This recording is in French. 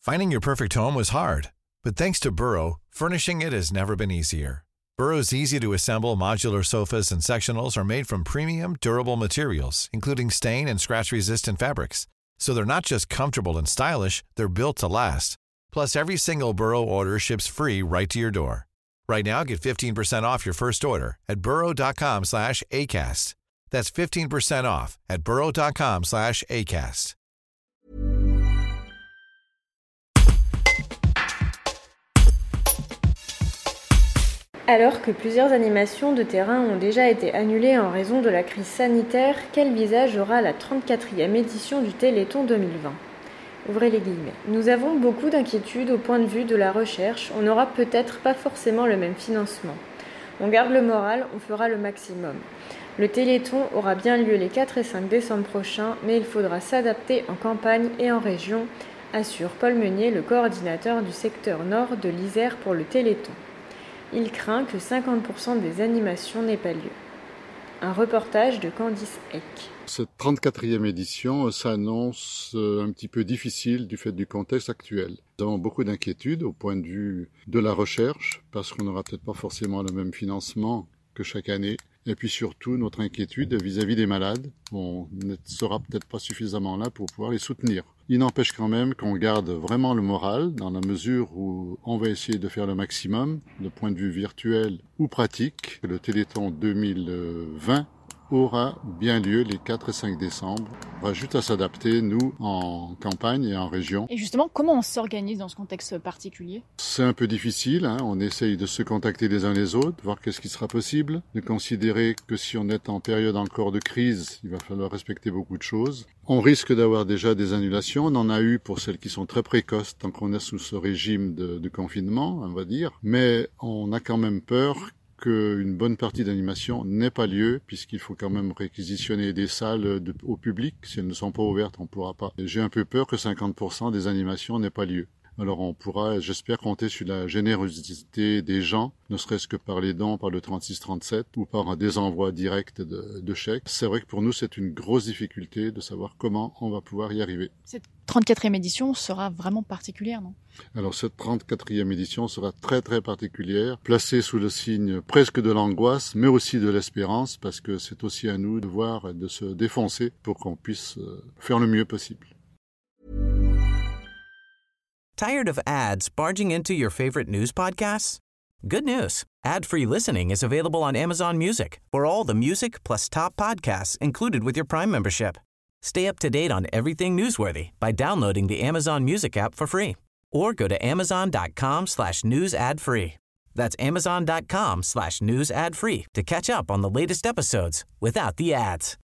Finding your perfect home was hard, but thanks to Burrow, furnishing it has never been easier. Burrow's easy-to-assemble modular sofas and sectionals are made from premium, durable materials, including stain and scratch-resistant fabrics. So they're not just comfortable and stylish, they're built to last. Plus, every single Burrow order ships free right to your door. Right now, get 15% off your first order at burrow.com/ACAST. That's 15% off at burrow.com/ACAST. Alors que plusieurs animations de terrain ont déjà été annulées en raison de la crise sanitaire, quel visage aura la 34e édition du Téléthon 2020 ? Ouvrez les guillemets. Nous avons beaucoup d'inquiétudes au point de vue de la recherche, on n'aura peut-être pas forcément le même financement. On garde le moral, on fera le maximum. Le Téléthon aura bien lieu les 4 et 5 décembre prochains, mais il faudra s'adapter en campagne et en région, assure Paul Meunier, le coordinateur du secteur nord de l'Isère pour le Téléthon. Il craint que 50% des animations n'aient pas lieu. Un reportage de Candice Eck. Cette 34e édition s'annonce un petit peu difficile du fait du contexte actuel. Nous avons beaucoup d'inquiétudes au point de vue de la recherche, parce qu'on n'aura peut-être pas forcément le même financement que chaque année. Et puis surtout, notre inquiétude vis-à-vis des malades. On ne sera peut-être pas suffisamment là pour pouvoir les soutenir. Il n'empêche quand même qu'on garde vraiment le moral dans la mesure où on va essayer de faire le maximum, de point de vue virtuel ou pratique. Le Téléthon 2020 aura bien lieu les 4 et 5 décembre. On va juste à s'adapter, nous, en campagne et en région. Et justement, comment on s'organise dans ce contexte particulier ? C'est un peu difficile, on essaye de se contacter les uns les autres, voir qu'est-ce qui sera possible, de considérer que si on est en période encore de crise, il va falloir respecter beaucoup de choses. On risque d'avoir déjà des annulations, on en a eu pour celles qui sont très précoces, tant qu'on est sous ce régime de confinement, on va dire, mais on a quand même peur qu'une bonne partie d'animation n'ait pas lieu, puisqu'il faut quand même réquisitionner des salles au public. Si elles ne sont pas ouvertes, on ne pourra pas. J'ai un peu peur que 50% des animations n'aient pas lieu. Alors on pourra, j'espère, compter sur la générosité des gens, ne serait-ce que par les dons, par le 3637 ou par des envois directs de chèques. C'est vrai que pour nous, c'est une grosse difficulté de savoir comment on va pouvoir y arriver. Cette 34e édition sera vraiment particulière, non ? Alors cette 34e édition sera très très particulière, placée sous le signe presque de l'angoisse, mais aussi de l'espérance, parce que c'est aussi à nous de voir et de se défoncer pour qu'on puisse faire le mieux possible. Tired of ads barging into your favorite news podcasts? Good news. Ad-free listening is available on Amazon Music for all the music plus top podcasts included with your Prime membership. Stay up to date on everything newsworthy by downloading the Amazon Music app for free or go to amazon.com/news ad free. That's amazon.com/news ad free to catch up on the latest episodes without the ads.